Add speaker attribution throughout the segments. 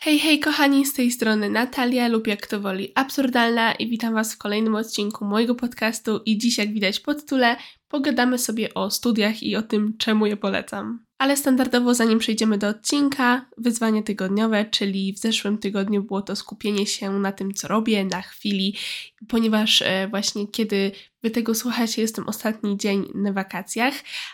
Speaker 1: Hej, hej kochani, z tej strony Natalia lub jak to woli Absurdalna i witam Was w kolejnym odcinku mojego podcastu i dziś jak widać pod tytule pogadamy sobie o studiach i o tym, czemu je polecam. Ale standardowo zanim przejdziemy do odcinka, wyzwanie tygodniowe, czyli w zeszłym tygodniu było to skupienie się na tym, co robię na chwili, ponieważ właśnie kiedy Wy tego słuchacie, jestem ostatni dzień na wakacjach,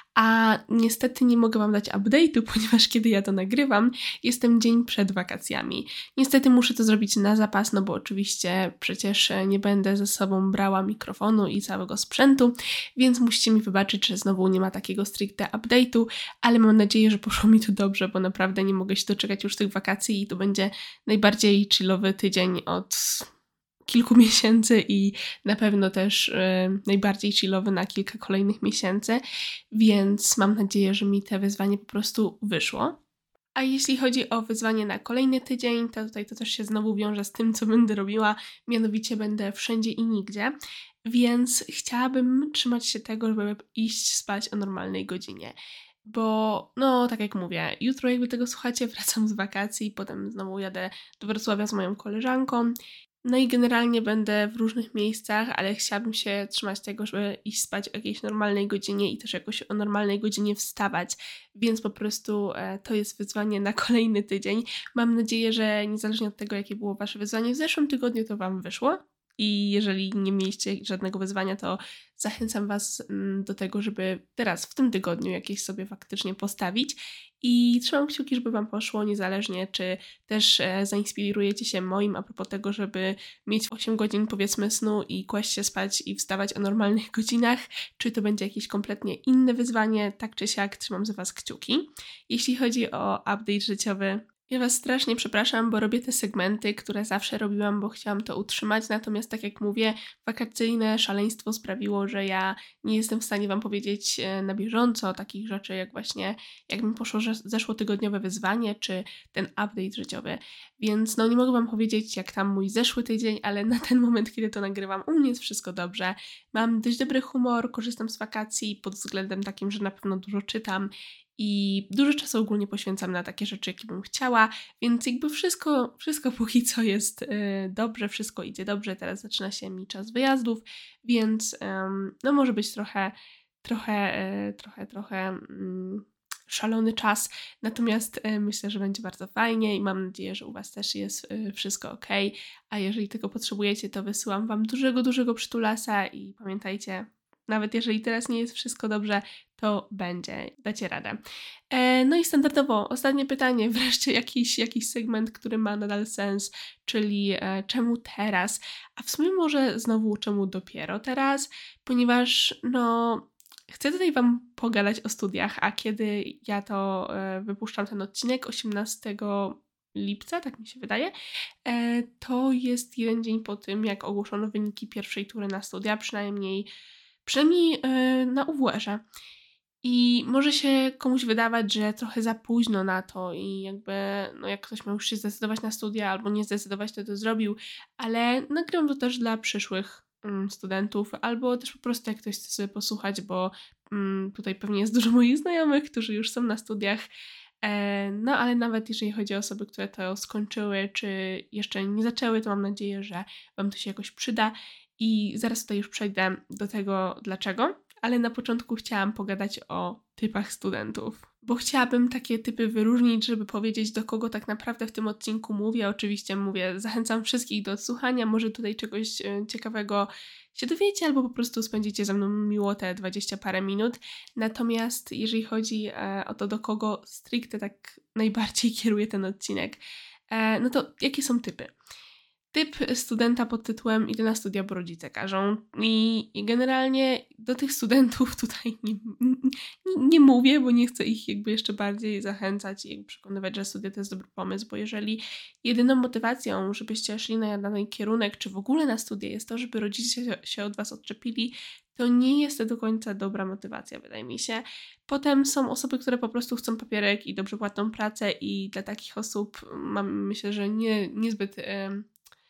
Speaker 1: a niestety nie mogę Wam dać update'u, ponieważ kiedy ja to nagrywam, jestem dzień przed wakacjami. Niestety muszę to zrobić na zapas, no bo oczywiście przecież nie będę ze sobą brała mikrofonu i całego sprzętu, więc musicie mi wybaczyć, że znowu nie ma takiego stricte update'u, ale mam nadzieję, że poszło mi to dobrze, bo naprawdę nie mogę się doczekać już tych wakacji i to będzie najbardziej chillowy tydzień od kilku miesięcy i na pewno też najbardziej chillowy na kilka kolejnych miesięcy, więc mam nadzieję, że mi te wyzwanie po prostu wyszło. A jeśli chodzi o wyzwanie na kolejny tydzień, to tutaj to też się znowu wiąże z tym, co będę robiła, mianowicie będę wszędzie i nigdzie, więc chciałabym trzymać się tego, żeby iść spać o normalnej godzinie. Bo, no, tak jak mówię, jutro jakby tego słuchacie, wracam z wakacji, potem znowu jadę do Wrocławia z moją koleżanką. No i generalnie będę w różnych miejscach, ale chciałabym się trzymać tego, żeby iść spać o jakiejś normalnej godzinie i też jakoś o normalnej godzinie wstawać, więc po prostu to jest wyzwanie na kolejny tydzień. Mam nadzieję, że niezależnie od tego, jakie było Wasze wyzwanie w zeszłym tygodniu, to Wam wyszło. I jeżeli nie mieliście żadnego wyzwania, to zachęcam Was do tego, żeby teraz, w tym tygodniu jakieś sobie faktycznie postawić. I trzymam kciuki, żeby Wam poszło, niezależnie czy też zainspirujecie się moim a propos tego, żeby mieć 8 godzin powiedzmy snu i kłaść się spać i wstawać o normalnych godzinach, czy to będzie jakieś kompletnie inne wyzwanie, tak czy siak trzymam za Was kciuki. Jeśli chodzi o update życiowy, ja Was strasznie przepraszam, bo robię te segmenty, które zawsze robiłam, bo chciałam to utrzymać, natomiast tak jak mówię, wakacyjne szaleństwo sprawiło, że ja nie jestem w stanie Wam powiedzieć na bieżąco takich rzeczy, jak właśnie jak mi poszło zeszłotygodniowe wyzwanie, czy ten update życiowy. Więc no nie mogę Wam powiedzieć, jak tam mój zeszły tydzień, ale na ten moment, kiedy to nagrywam, u mnie jest wszystko dobrze. Mam dość dobry humor, korzystam z wakacji pod względem takim, że na pewno dużo czytam i dużo czasu ogólnie poświęcam na takie rzeczy, jakie bym chciała, więc jakby wszystko póki co jest dobrze, wszystko idzie dobrze, teraz zaczyna się mi czas wyjazdów, więc no może być trochę szalony czas, natomiast myślę, że będzie bardzo fajnie i mam nadzieję, że u Was też jest wszystko ok, a jeżeli tego potrzebujecie, to wysyłam Wam dużego przytulasa i pamiętajcie, nawet jeżeli teraz nie jest wszystko dobrze, to będzie, dacie radę. No i standardowo, ostatnie pytanie, wreszcie jakiś segment, który ma nadal sens, czyli czemu teraz? A w sumie może znowu czemu dopiero teraz? Ponieważ no chcę tutaj Wam pogadać o studiach, a kiedy ja to wypuszczam ten odcinek 18 lipca, tak mi się wydaje, to jest jeden dzień po tym, jak ogłoszono wyniki pierwszej tury na studia, przynajmniej na UWR-ze. I może się komuś wydawać, że trochę za późno na to i jakby, no jak ktoś miał już się zdecydować na studia albo nie zdecydować, to zrobił, ale nagrywam to też dla przyszłych studentów, albo też po prostu jak ktoś chce sobie posłuchać, bo tutaj pewnie jest dużo moich znajomych, którzy już są na studiach, no ale nawet jeżeli chodzi o osoby, które to skończyły, czy jeszcze nie zaczęły, to mam nadzieję, że Wam to się jakoś przyda i zaraz tutaj już przejdę do tego dlaczego, ale na początku chciałam pogadać o typach studentów, bo chciałabym takie typy wyróżnić, żeby powiedzieć, do kogo tak naprawdę w tym odcinku mówię. Oczywiście mówię, zachęcam wszystkich do odsłuchania, może tutaj czegoś ciekawego się dowiecie, albo po prostu spędzicie ze mną miło te 20 parę minut. Natomiast jeżeli chodzi o to, do kogo stricte tak najbardziej kieruję ten odcinek, no to jakie są typy? Typ studenta pod tytułem idę na studia, bo rodzice każą i generalnie do tych studentów tutaj nie mówię, bo nie chcę ich jakby jeszcze bardziej zachęcać i jakby przekonywać, że studia to jest dobry pomysł, bo jeżeli jedyną motywacją, żebyście szli na dany kierunek, czy w ogóle na studia jest to, żeby rodzice się od Was odczepili, to nie jest to do końca dobra motywacja, wydaje mi się. Potem są osoby, które po prostu chcą papierek i dobrze płatną pracę i dla takich osób myślę, że niezbyt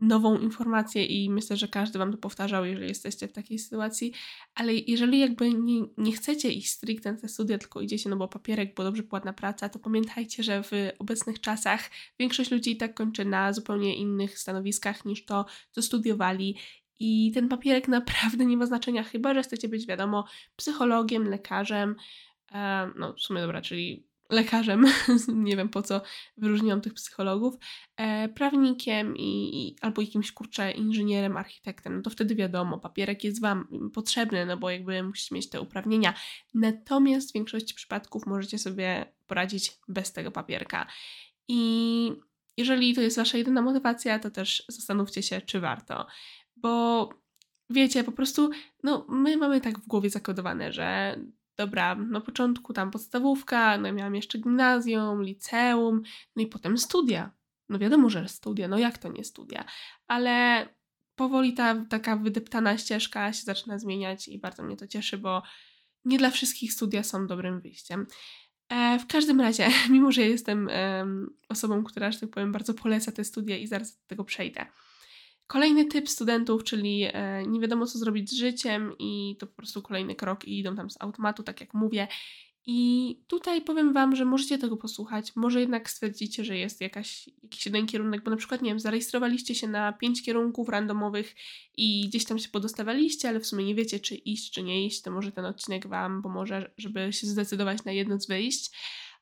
Speaker 1: nową informację i myślę, że każdy Wam to powtarzał, jeżeli jesteście w takiej sytuacji, ale jeżeli jakby nie chcecie iść stricte na te studia, tylko idziecie, no bo papierek, bo dobrze płatna praca, to pamiętajcie, że w obecnych czasach większość ludzi i tak kończy na zupełnie innych stanowiskach niż to, co studiowali. I ten papierek naprawdę nie ma znaczenia, chyba że chcecie być, wiadomo, psychologiem, lekarzem, no w sumie dobra, czyli lekarzem, nie wiem po co wyróżniłam tych psychologów, prawnikiem albo jakimś, inżynierem, architektem, no to wtedy wiadomo, papierek jest Wam potrzebny, no bo jakby musicie mieć te uprawnienia. Natomiast w większości przypadków możecie sobie poradzić bez tego papierka. I jeżeli to jest Wasza jedyna motywacja, to też zastanówcie się, czy warto. Bo wiecie, po prostu, no my mamy tak w głowie zakodowane, że dobra, na początku tam podstawówka, no miałam jeszcze gimnazjum, liceum, no i potem studia. No wiadomo, że studia, no jak to nie studia? Ale powoli ta taka wydeptana ścieżka się zaczyna zmieniać i bardzo mnie to cieszy, bo nie dla wszystkich studia są dobrym wyjściem. W każdym razie, mimo że jestem osobą, która, że tak powiem, bardzo poleca te studia i zaraz do tego przejdę. Kolejny typ studentów, czyli nie wiadomo co zrobić z życiem i to po prostu kolejny krok i idą tam z automatu, tak jak mówię. I tutaj powiem Wam, że możecie tego posłuchać, może jednak stwierdzicie, że jest jakiś jeden kierunek, bo na przykład, nie wiem, zarejestrowaliście się na 5 kierunków randomowych i gdzieś tam się podostawaliście, ale w sumie nie wiecie, czy iść, czy nie iść, to może ten odcinek Wam pomoże, żeby się zdecydować na jedno z wyjść.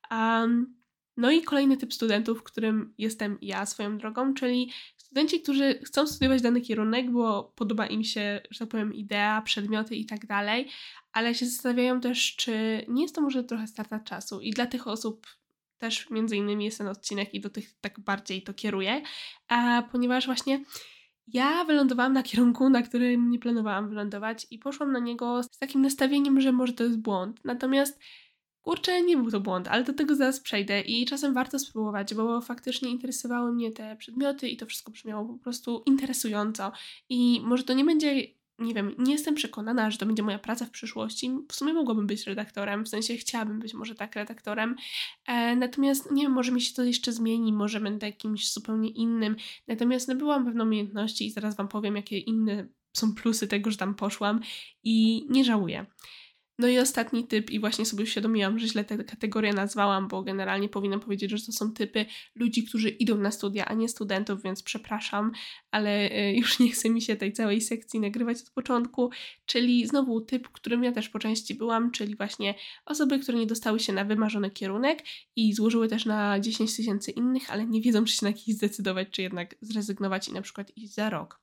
Speaker 1: No i kolejny typ studentów, którym jestem ja swoją drogą, czyli studenci, którzy chcą studiować dany kierunek, bo podoba im się, że tak powiem, idea, przedmioty i tak dalej, ale się zastanawiają też, czy nie jest to może trochę strata czasu i dla tych osób też między innymi jest ten odcinek i do tych tak bardziej to kieruję, ponieważ właśnie ja wylądowałam na kierunku, na którym nie planowałam wylądować i poszłam na niego z takim nastawieniem, że może to jest błąd. Natomiast kurczę, nie był to błąd, ale do tego zaraz przejdę i czasem warto spróbować, bo faktycznie interesowały mnie te przedmioty i to wszystko brzmiało po prostu interesująco i może to nie będzie, nie wiem, nie jestem przekonana, że to będzie moja praca w przyszłości. W sumie mogłabym być redaktorem, w sensie chciałabym być może tak redaktorem, natomiast nie wiem, może mi się to jeszcze zmieni, może będę jakimś zupełnie innym, natomiast nabyłam pewne umiejętności i zaraz Wam powiem, jakie inne są plusy tego, że tam poszłam i nie żałuję. No i ostatni typ, i właśnie sobie uświadomiłam, że źle tę kategorię nazwałam, bo generalnie powinnam powiedzieć, że to są typy ludzi, którzy idą na studia, a nie studentów, więc przepraszam, ale już nie chce mi się tej całej sekcji nagrywać od początku, czyli znowu typ, którym ja też po części byłam, czyli właśnie osoby, które nie dostały się na wymarzony kierunek i złożyły też na 10 000 innych, ale nie wiedzą, czy się na jakiś zdecydować, czy jednak zrezygnować i na przykład iść za rok.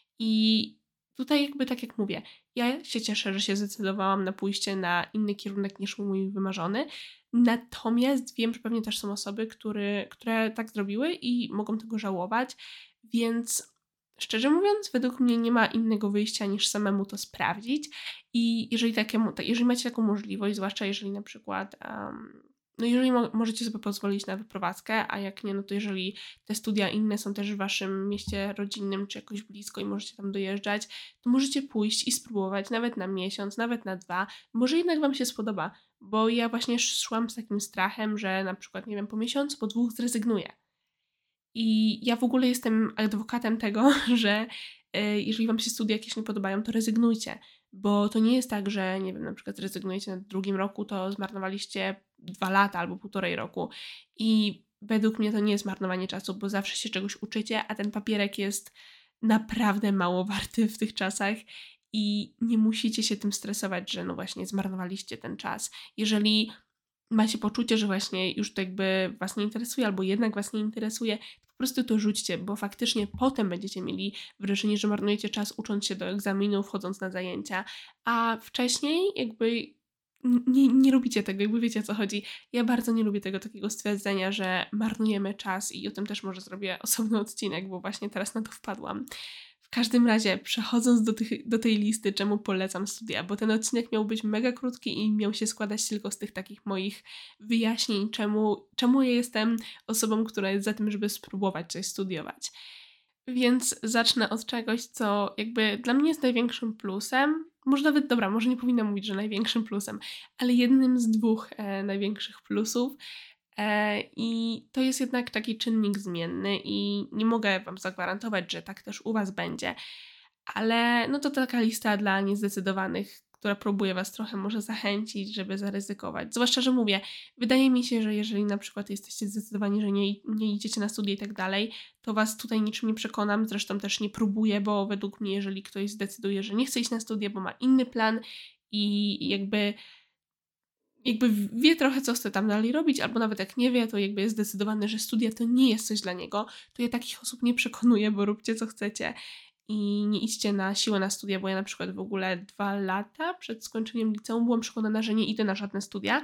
Speaker 1: I tutaj jakby tak jak mówię, ja się cieszę, że się zdecydowałam na pójście na inny kierunek niż mój wymarzony, natomiast wiem, że pewnie też są osoby, które tak zrobiły i mogą tego żałować, więc szczerze mówiąc, według mnie nie ma innego wyjścia niż samemu to sprawdzić i jeżeli macie taką możliwość, zwłaszcza jeżeli na przykład no jeżeli możecie sobie pozwolić na wyprowadzkę, a jak nie, no to jeżeli te studia inne są też w Waszym mieście rodzinnym czy jakoś blisko i możecie tam dojeżdżać, to możecie pójść i spróbować nawet na miesiąc, nawet na 2. Może jednak Wam się spodoba, bo ja właśnie szłam z takim strachem, że na przykład, nie wiem, po miesiącu, po 2 zrezygnuję. I ja w ogóle jestem adwokatem tego, że jeżeli Wam się studia jakieś nie podobają, to rezygnujcie, bo to nie jest tak, że nie wiem, na przykład zrezygnujecie na 2 roku, to zmarnowaliście 2 lata albo 1,5 roku i według mnie to nie jest marnowanie czasu, bo zawsze się czegoś uczycie, a ten papierek jest naprawdę mało warty w tych czasach i nie musicie się tym stresować, że no właśnie zmarnowaliście ten czas. Jeżeli macie poczucie, że właśnie już to jakby Was nie interesuje albo jednak Was nie interesuje, to po prostu to rzućcie, bo faktycznie potem będziecie mieli wrażenie, że marnujecie czas ucząc się do egzaminu, wchodząc na zajęcia, a wcześniej jakby nie lubicie tego, jakby wiecie o co chodzi. Ja bardzo nie lubię tego takiego stwierdzenia, że marnujemy czas i o tym też może zrobię osobny odcinek, bo właśnie teraz na to wpadłam. W każdym razie, przechodząc do tej listy, czemu polecam studia, bo ten odcinek miał być mega krótki i miał się składać tylko z tych takich moich wyjaśnień, czemu ja jestem osobą, która jest za tym, żeby spróbować coś studiować. Więc zacznę od czegoś, co jakby dla mnie jest największym plusem. Może nawet, dobra, może nie powinnam mówić, że największym plusem, ale jednym z 2 największych plusów. I to jest jednak taki czynnik zmienny i nie mogę Wam zagwarantować, że tak też u Was będzie. Ale no to taka lista dla niezdecydowanych, która próbuje Was trochę może zachęcić, żeby zaryzykować. Zwłaszcza, że mówię, wydaje mi się, że jeżeli na przykład jesteście zdecydowani, że nie idziecie na studia i tak dalej, to Was tutaj niczym nie przekonam. Zresztą też nie próbuję, bo według mnie, jeżeli ktoś zdecyduje, że nie chce iść na studia, bo ma inny plan i jakby wie trochę, co chce tam dalej robić, albo nawet jak nie wie, to jakby jest zdecydowany, że studia to nie jest coś dla niego, to ja takich osób nie przekonuję, bo róbcie co chcecie i nie idźcie na siłę na studia, bo ja na przykład w ogóle 2 lata przed skończeniem liceum byłam przekonana, że nie idę na żadne studia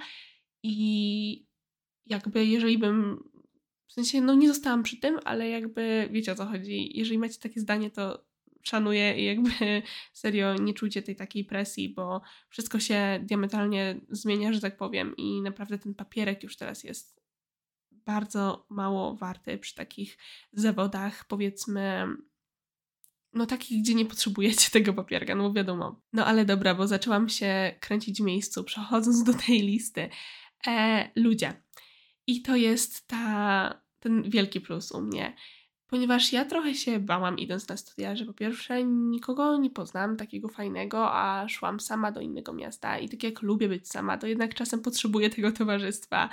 Speaker 1: i jakby jeżeli bym, w sensie no nie zostałam przy tym, ale jakby wiecie o co chodzi, jeżeli macie takie zdanie, to szanuję i jakby serio nie czujcie tej takiej presji, bo wszystko się diametralnie zmienia, że tak powiem i naprawdę ten papierek już teraz jest bardzo mało warty przy takich zawodach, powiedzmy, no takich, gdzie nie potrzebujecie tego papierka, no bo wiadomo. No ale dobra, bo zaczęłam się kręcić w miejscu, przechodząc do tej listy. Ludzie. I to jest ten wielki plus u mnie. Ponieważ ja trochę się bałam idąc na studia, że po pierwsze nikogo nie poznam takiego fajnego, a szłam sama do innego miasta i tak jak lubię być sama, to jednak czasem potrzebuję tego towarzystwa.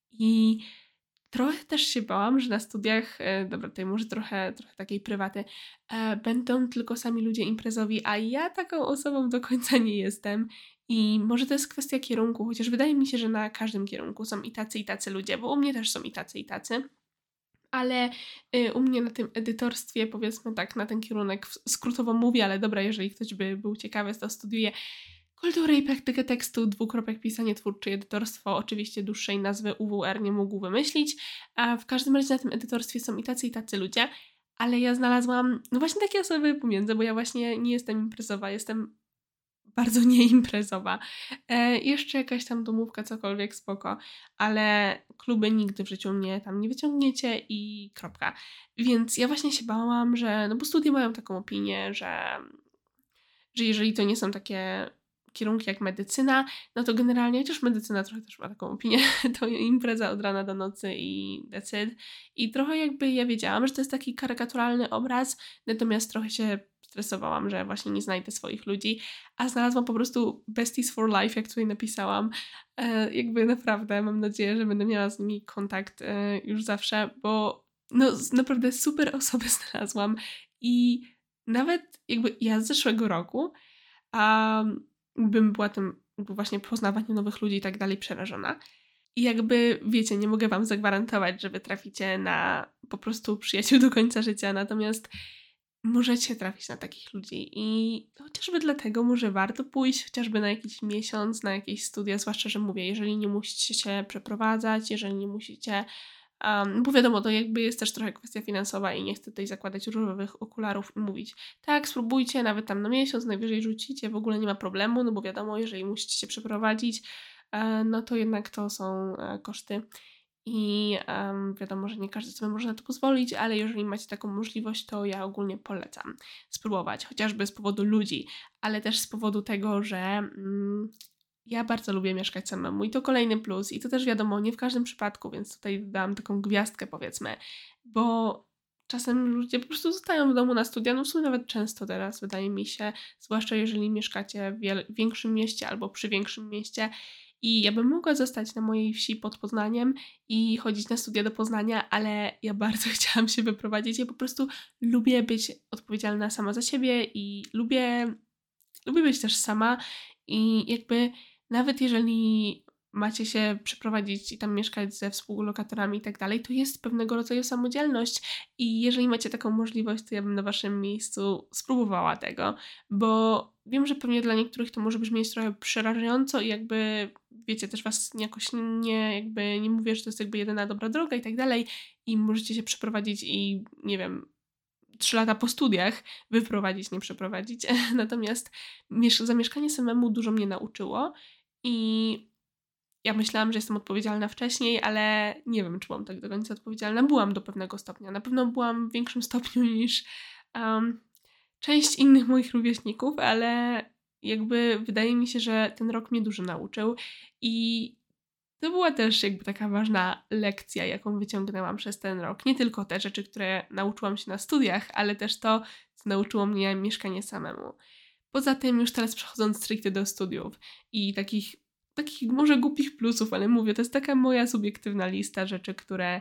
Speaker 1: I trochę też się bałam, że na studiach, dobra, tutaj może trochę takiej prywaty, będą tylko sami ludzie imprezowi, a ja taką osobą do końca nie jestem. I może to jest kwestia kierunku, chociaż wydaje mi się, że na każdym kierunku są i tacy ludzie, bo u mnie też są i tacy. Ale u mnie na tym edytorstwie, powiedzmy tak, na ten kierunek skrótowo mówię, ale dobra, jeżeli ktoś by był ciekawy, to studiuję kulturę i praktykę tekstu, pisanie twórcze i edytorstwo, oczywiście dłuższej nazwy UWR nie mógł wymyślić, a w każdym razie na tym edytorstwie są i tacy ludzie, ale ja znalazłam no właśnie takie osoby pomiędzy, bo ja właśnie nie jestem imprezowa, jestem bardzo nieimprezowa. Jeszcze jakaś tam domówka, cokolwiek, spoko, ale kluby nigdy w życiu mnie tam nie wyciągniecie i kropka. Więc ja właśnie się bałam, że, no bo studia mają taką opinię, że jeżeli to nie są takie kierunki jak medycyna, no to generalnie, chociaż medycyna trochę też ma taką opinię, to impreza od rana do nocy i decyd. I trochę jakby ja wiedziałam, że to jest taki karykaturalny obraz, natomiast trochę się stresowałam, że właśnie nie znajdę swoich ludzi, a znalazłam po prostu besties for life, jak tutaj napisałam. Jakby naprawdę mam nadzieję, że będę miała z nimi kontakt już zawsze, bo no naprawdę super osoby znalazłam i nawet jakby ja z zeszłego roku bym była tym jakby właśnie poznawaniu nowych ludzi i tak dalej przerażona. I jakby, wiecie, nie mogę wam zagwarantować, że wy traficie na po prostu przyjaciół do końca życia, natomiast możecie trafić na takich ludzi i chociażby dlatego może warto pójść chociażby na jakiś miesiąc, na jakieś studia, zwłaszcza, że mówię, jeżeli nie musicie się przeprowadzać, jeżeli nie musicie, bo wiadomo, to jakby jest też trochę kwestia finansowa i nie chcę tutaj zakładać różowych okularów i mówić, tak, spróbujcie, nawet tam na miesiąc, najwyżej rzucicie, w ogóle nie ma problemu, no bo wiadomo, jeżeli musicie się przeprowadzić, no to jednak to są koszty. I wiadomo, że nie każdy sobie może na to pozwolić, ale jeżeli macie taką możliwość, to ja ogólnie polecam spróbować, chociażby z powodu ludzi, ale też z powodu tego, że ja bardzo lubię mieszkać samemu i to kolejny plus i to też wiadomo, nie w każdym przypadku, więc tutaj dałam taką gwiazdkę powiedzmy, bo czasem ludzie po prostu zostają w domu na studia, no w sumie nawet często teraz wydaje mi się, zwłaszcza jeżeli mieszkacie w większym mieście albo przy większym mieście i ja bym mogła zostać na mojej wsi pod Poznaniem i chodzić na studia do Poznania, ale ja bardzo chciałam się wyprowadzić. Ja po prostu lubię być odpowiedzialna sama za siebie i lubię być też sama i jakby nawet jeżeli macie się przeprowadzić i tam mieszkać ze współlokatorami i tak dalej, to jest pewnego rodzaju samodzielność i jeżeli macie taką możliwość, to ja bym na waszym miejscu spróbowała tego, bo wiem, że pewnie dla niektórych to może brzmieć trochę przerażająco i jakby, wiecie, też was jakoś nie mówię, że to jest jakby jedyna dobra droga i tak dalej i możecie się przeprowadzić i nie wiem, 3 lata po studiach wyprowadzić, nie przeprowadzić. Natomiast zamieszkanie samemu dużo mnie nauczyło i ja myślałam, że jestem odpowiedzialna wcześniej, ale nie wiem, czy byłam tak do końca odpowiedzialna. Byłam do pewnego stopnia. Na pewno byłam w większym stopniu niż część innych moich rówieśników, ale jakby wydaje mi się, że ten rok mnie dużo nauczył i To była też jakby taka ważna lekcja, jaką wyciągnęłam przez ten rok. Nie tylko te rzeczy, które nauczyłam się na studiach, ale też to, co nauczyło mnie mieszkanie samemu. Poza tym, już teraz przechodząc stricte do studiów i takich może głupich plusów, ale mówię, to jest taka moja subiektywna lista rzeczy,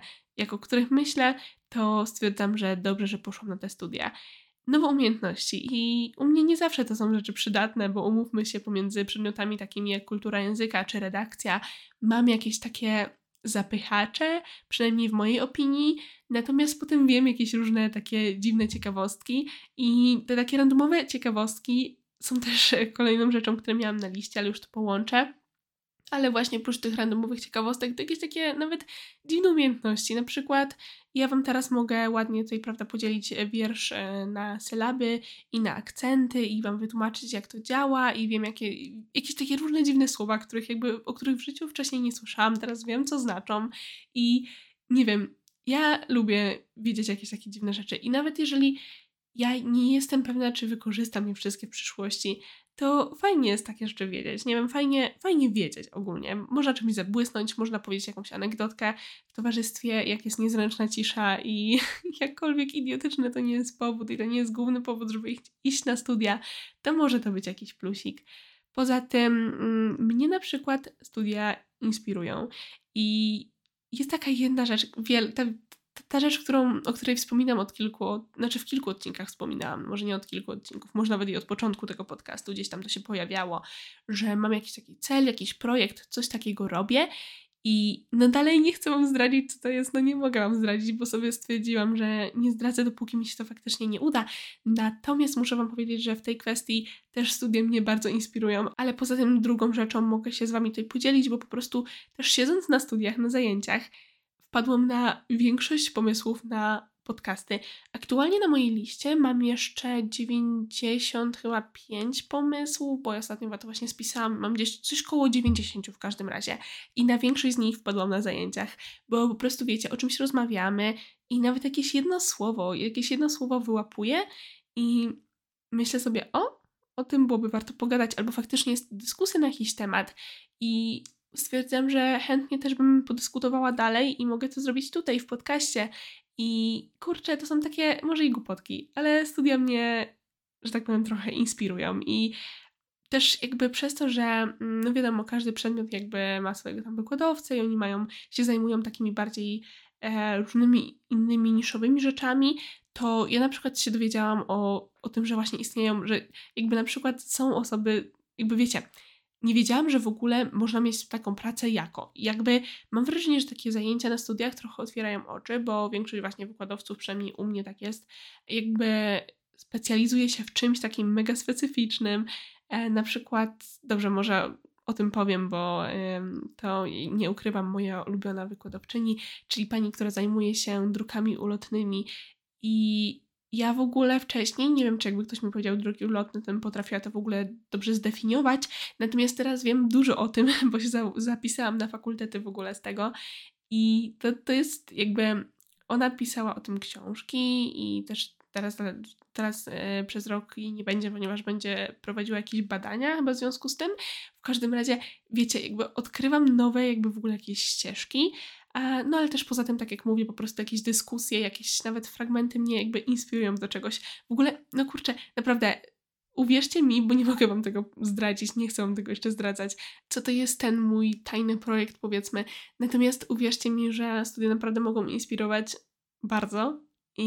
Speaker 1: o których myślę, to stwierdzam, że dobrze, że poszłam na te studia. Nowe umiejętności i u mnie nie zawsze to są rzeczy przydatne, bo umówmy się, pomiędzy przedmiotami takimi jak kultura języka czy redakcja mam jakieś takie zapychacze, przynajmniej w mojej opinii, natomiast potem wiem jakieś różne takie dziwne ciekawostki i te takie randomowe ciekawostki są też kolejną rzeczą, które miałam na liście, ale już to połączę. Ale właśnie oprócz tych randomowych ciekawostek to jakieś takie nawet dziwne umiejętności. Na przykład ja Wam teraz mogę ładnie tutaj, prawda, podzielić wiersz na sylaby i na akcenty i Wam wytłumaczyć, jak to działa i wiem, jakieś takie różne dziwne słowa, o których w życiu wcześniej nie słyszałam, teraz wiem, co znaczą i nie wiem, ja lubię wiedzieć jakieś takie dziwne rzeczy i nawet jeżeli ja nie jestem pewna, czy wykorzystam je wszystkie w przyszłości, to fajnie jest takie rzeczy wiedzieć. Nie wiem, fajnie wiedzieć ogólnie. Można czymś zabłysnąć, można powiedzieć jakąś anegdotkę w towarzystwie, jak jest niezręczna cisza i jakkolwiek idiotyczny to nie jest powód i to nie jest główny powód, żeby iść na studia, to może to być jakiś plusik. Poza tym mnie na przykład studia inspirują i jest taka jedna rzecz, ta rzecz, o której wspominam w kilku odcinkach wspominałam, może nie od kilku odcinków, może nawet i od początku tego podcastu, gdzieś tam to się pojawiało, że mam jakiś taki cel, jakiś projekt, coś takiego robię i no dalej nie chcę Wam zdradzić, co to jest, no nie mogę Wam zdradzić, bo sobie stwierdziłam, że nie zdradzę, dopóki mi się to faktycznie nie uda. Natomiast muszę Wam powiedzieć, że w tej kwestii też studia mnie bardzo inspirują, ale poza tym drugą rzeczą mogę się z Wami tutaj podzielić, bo po prostu też siedząc na studiach, na zajęciach, wpadłam na większość pomysłów na podcasty. Aktualnie na mojej liście mam jeszcze 95 pomysłów, bo ja ostatnio to właśnie spisałam, mam gdzieś coś koło 90 w każdym razie i na większość z nich wpadłam na zajęciach, bo po prostu wiecie, o czymś rozmawiamy i nawet jakieś jedno słowo wyłapuję i myślę sobie, o tym byłoby warto pogadać, albo faktycznie jest dyskusja na jakiś temat i stwierdzam, że chętnie też bym podyskutowała dalej i mogę to zrobić tutaj w podcaście. I kurczę, to są takie może i głupotki, ale studia mnie, że tak powiem, trochę inspirują i też jakby przez to, że no wiadomo, każdy przedmiot jakby ma swojego tam wykładowcę i oni się zajmują takimi bardziej różnymi innymi niszowymi rzeczami, to ja na przykład się dowiedziałam o tym, że właśnie istnieją, że jakby na przykład są osoby, jakby wiecie, nie wiedziałam, że w ogóle można mieć taką pracę jakby mam wrażenie, że takie zajęcia na studiach trochę otwierają oczy, bo większość właśnie wykładowców, przynajmniej u mnie tak jest, jakby specjalizuje się w czymś takim mega specyficznym. Na przykład, dobrze, może o tym powiem, bo to nie ukrywam, moja ulubiona wykładowczyni, czyli pani, która zajmuje się drukami ulotnymi i ja w ogóle wcześniej, nie wiem, czy jakby ktoś mi powiedział druki ulotne, to bym potrafiła to w ogóle dobrze zdefiniować, natomiast teraz wiem dużo o tym, bo się zapisałam na fakultety w ogóle z tego i to jest jakby, ona pisała o tym książki i też teraz przez rok jej nie będzie, ponieważ będzie prowadziła jakieś badania chyba w związku z tym. W każdym razie, wiecie, jakby odkrywam nowe jakby w ogóle jakieś ścieżki, no ale też poza tym, tak jak mówię, po prostu jakieś dyskusje, jakieś nawet fragmenty mnie jakby inspirują do czegoś. W ogóle, no kurczę, naprawdę, uwierzcie mi, bo nie mogę Wam tego zdradzić, nie chcę Wam tego jeszcze zdradzać, co to jest ten mój tajny projekt, powiedzmy. Natomiast uwierzcie mi, że studia naprawdę mogą inspirować bardzo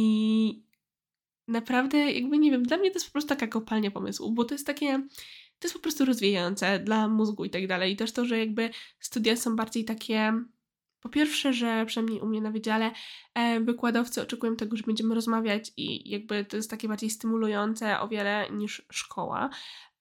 Speaker 1: i naprawdę, jakby nie wiem, dla mnie to jest po prostu taka kopalnia pomysłów, bo to jest po prostu rozwijające dla mózgu i tak dalej. I też to, że jakby studia są bardziej takie, po pierwsze, że przynajmniej u mnie na wydziale wykładowcy oczekują tego, że będziemy rozmawiać i jakby to jest takie bardziej stymulujące o wiele niż szkoła.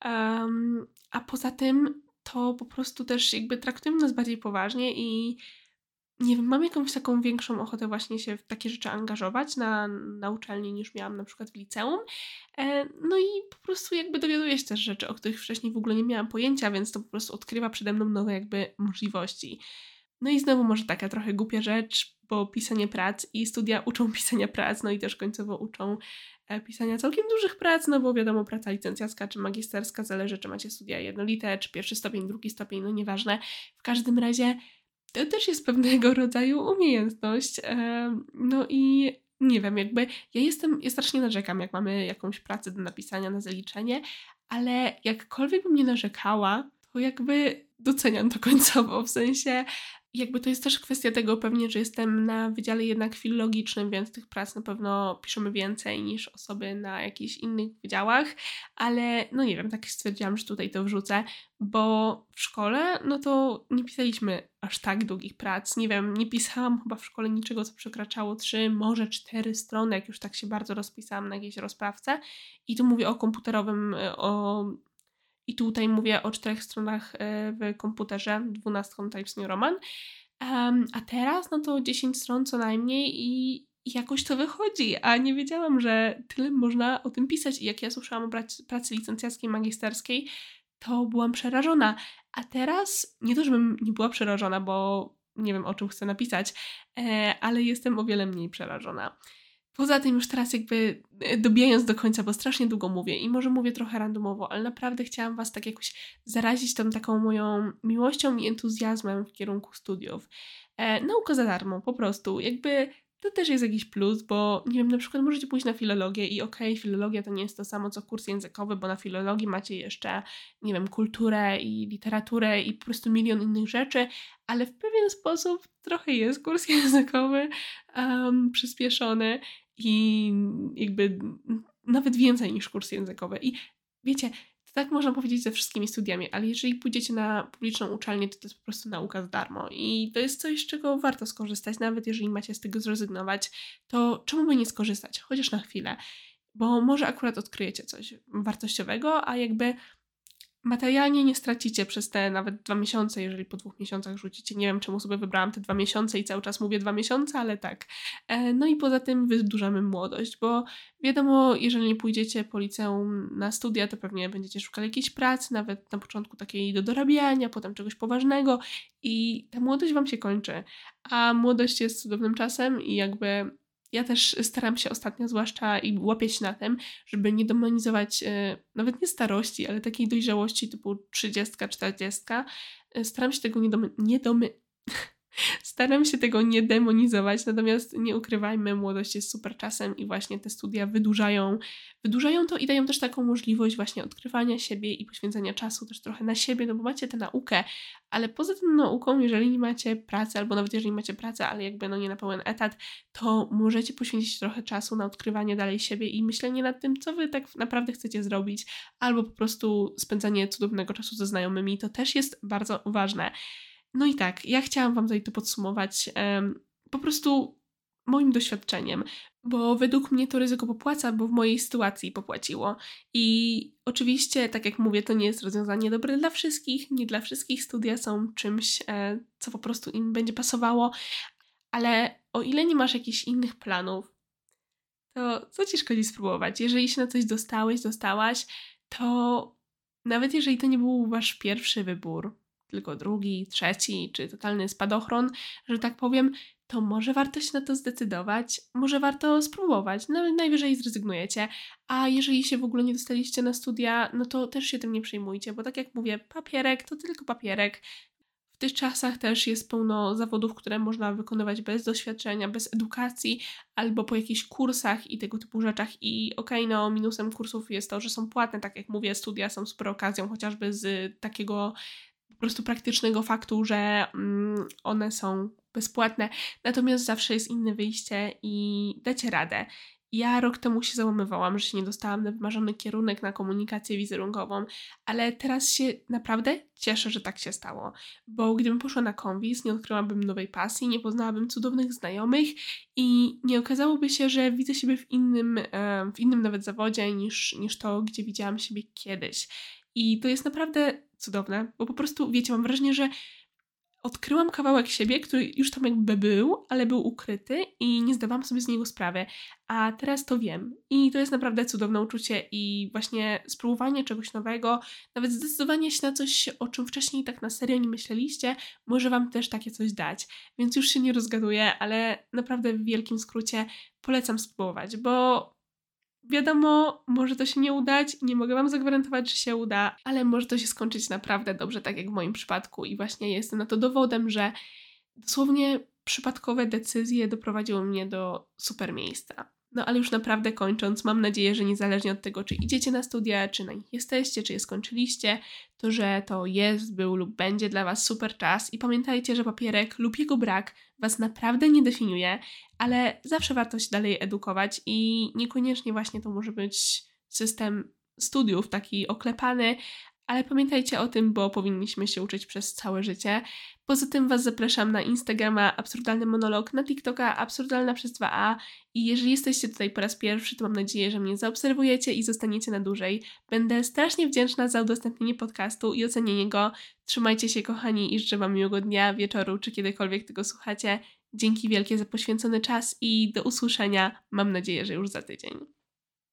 Speaker 1: A poza tym to po prostu też jakby traktują nas bardziej poważnie i nie wiem, mam jakąś taką większą ochotę właśnie się w takie rzeczy angażować na uczelni niż miałam na przykład w liceum. No i po prostu jakby dowiaduję się też rzeczy, o których wcześniej w ogóle nie miałam pojęcia, więc to po prostu odkrywa przede mną nowe jakby możliwości. No i znowu może taka trochę głupia rzecz, bo pisanie prac i studia uczą pisania prac, no i też końcowo uczą pisania całkiem dużych prac, no bo wiadomo, praca licencjacka czy magisterska zależy, czy macie studia jednolite, czy pierwszy stopień, drugi stopień, no nieważne. W każdym razie to też jest pewnego rodzaju umiejętność. No i nie wiem, jakby ja strasznie narzekam, jak mamy jakąś pracę do napisania na zaliczenie, ale jakkolwiek bym nie narzekała, to jakby doceniam to końcowo, w sensie jakby to jest też kwestia tego pewnie, że jestem na wydziale jednak filologicznym, więc tych prac na pewno piszemy więcej niż osoby na jakichś innych wydziałach, ale no nie wiem, tak stwierdziłam, że tutaj to wrzucę, bo w szkole no to nie pisaliśmy aż tak długich prac, nie wiem, nie pisałam chyba w szkole niczego, co przekraczało 3, może 4 strony, jak już tak się bardzo rozpisałam na jakiejś rozprawce i tu mówię o komputerowym, i tutaj mówię o 4 stronach w komputerze, 12 Times New Roman. A teraz no to 10 stron co najmniej i jakoś to wychodzi, a nie wiedziałam, że tyle można o tym pisać. I jak ja słyszałam o pracy licencjackiej, magisterskiej, to byłam przerażona. A teraz nie to, żebym nie była przerażona, bo nie wiem, o czym chcę napisać, ale jestem o wiele mniej przerażona. Poza tym już teraz jakby dobijając do końca, bo strasznie długo mówię i może mówię trochę randomowo, ale naprawdę chciałam was tak jakoś zarazić tą taką moją miłością i entuzjazmem w kierunku studiów. Nauka za darmo, po prostu. Jakby to też jest jakiś plus, bo nie wiem, na przykład możecie pójść na filologię i filologia to nie jest to samo co kurs językowy, bo na filologii macie jeszcze, nie wiem, kulturę i literaturę i po prostu milion innych rzeczy, ale w pewien sposób trochę jest kurs językowy przyspieszony i jakby nawet więcej niż kurs językowy. I wiecie, to tak można powiedzieć ze wszystkimi studiami, ale jeżeli pójdziecie na publiczną uczelnię, to jest po prostu nauka za darmo. I to jest coś, z czego warto skorzystać, nawet jeżeli macie z tego zrezygnować, to czemu by nie skorzystać? Chociaż na chwilę. Bo może akurat odkryjecie coś wartościowego, a jakby materialnie nie stracicie przez te nawet 2 miesiące, jeżeli po 2 miesiącach rzucicie. Nie wiem, czemu sobie wybrałam te 2 miesiące i cały czas mówię 2 miesiące, ale tak. No i poza tym wydłużamy młodość, bo wiadomo, jeżeli nie pójdziecie po liceum na studia, to pewnie będziecie szukali jakiejś pracy, nawet na początku takiej do dorabiania, potem czegoś poważnego i ta młodość wam się kończy. A młodość jest cudownym czasem i jakby ja też staram się ostatnio zwłaszcza i łapię się na tym, żeby nie demonizować nawet nie starości, ale takiej dojrzałości typu 30, 40. Staram się tego Staram się tego nie demonizować, natomiast nie ukrywajmy, młodość jest super czasem i właśnie te studia wydłużają to i dają też taką możliwość właśnie odkrywania siebie i poświęcenia czasu też trochę na siebie, no bo macie tę naukę, ale poza tą nauką, jeżeli nie macie pracy, albo nawet jeżeli macie pracę, ale jakby no nie na pełen etat, to możecie poświęcić trochę czasu na odkrywanie dalej siebie i myślenie nad tym, co wy tak naprawdę chcecie zrobić, albo po prostu spędzanie cudownego czasu ze znajomymi, to też jest bardzo ważne. No i tak, ja chciałam wam tutaj to podsumować po prostu moim doświadczeniem, bo według mnie to ryzyko popłaca, bo w mojej sytuacji popłaciło. I oczywiście, tak jak mówię, to nie jest rozwiązanie dobre dla wszystkich, nie dla wszystkich studia są czymś, co po prostu im będzie pasowało, ale o ile nie masz jakichś innych planów, to co ci szkodzi spróbować? Jeżeli się na coś dostałaś, to nawet jeżeli to nie był wasz pierwszy wybór, tylko drugi, trzeci, czy totalny spadochron, że tak powiem, to może warto się na to zdecydować, może warto spróbować, nawet najwyżej zrezygnujecie, a jeżeli się w ogóle nie dostaliście na studia, no to też się tym nie przejmujcie, bo tak jak mówię, papierek to tylko papierek. W tych czasach też jest pełno zawodów, które można wykonywać bez doświadczenia, bez edukacji, albo po jakichś kursach i tego typu rzeczach i no minusem kursów jest to, że są płatne, tak jak mówię, studia są super okazją, chociażby z takiego po prostu praktycznego faktu, że one są bezpłatne, natomiast zawsze jest inne wyjście i dacie radę. Ja rok temu się załamywałam, że się nie dostałam na wymarzony kierunek na komunikację wizerunkową, ale teraz się naprawdę cieszę, że tak się stało, bo gdybym poszła na konwis, nie odkryłabym nowej pasji, nie poznałabym cudownych znajomych i nie okazałoby się, że widzę siebie w innym nawet zawodzie niż to, gdzie widziałam siebie kiedyś. I to jest naprawdę cudowne, bo po prostu, wiecie, mam wrażenie, że odkryłam kawałek siebie, który już tam jakby był, ale był ukryty i nie zdawałam sobie z niego sprawy, a teraz to wiem. I to jest naprawdę cudowne uczucie i właśnie spróbowanie czegoś nowego, nawet zdecydowanie się na coś, o czym wcześniej tak na serio nie myśleliście, może wam też takie coś dać. Więc już się nie rozgaduję, ale naprawdę w wielkim skrócie polecam spróbować, bo wiadomo, może to się nie udać, nie mogę wam zagwarantować, że się uda, ale może to się skończyć naprawdę dobrze, tak jak w moim przypadku i właśnie jestem na to dowodem, że dosłownie przypadkowe decyzje doprowadziły mnie do super miejsca. No ale już naprawdę kończąc, mam nadzieję, że niezależnie od tego, czy idziecie na studia, czy na nich jesteście, czy je skończyliście, to że to jest, był lub będzie dla Was super czas i pamiętajcie, że papierek lub jego brak Was naprawdę nie definiuje, ale zawsze warto się dalej edukować i niekoniecznie właśnie to może być system studiów taki oklepany, ale pamiętajcie o tym, bo powinniśmy się uczyć przez całe życie. Poza tym Was zapraszam na Instagrama Absurdalny Monolog, na TikToka Absurdalna przez 2a i jeżeli jesteście tutaj po raz pierwszy, to mam nadzieję, że mnie zaobserwujecie i zostaniecie na dłużej. Będę strasznie wdzięczna za udostępnienie podcastu i ocenienie go. Trzymajcie się kochani i życzę Wam miłego dnia, wieczoru czy kiedykolwiek tego słuchacie. Dzięki wielkie za poświęcony czas i do usłyszenia, mam nadzieję, że już za tydzień.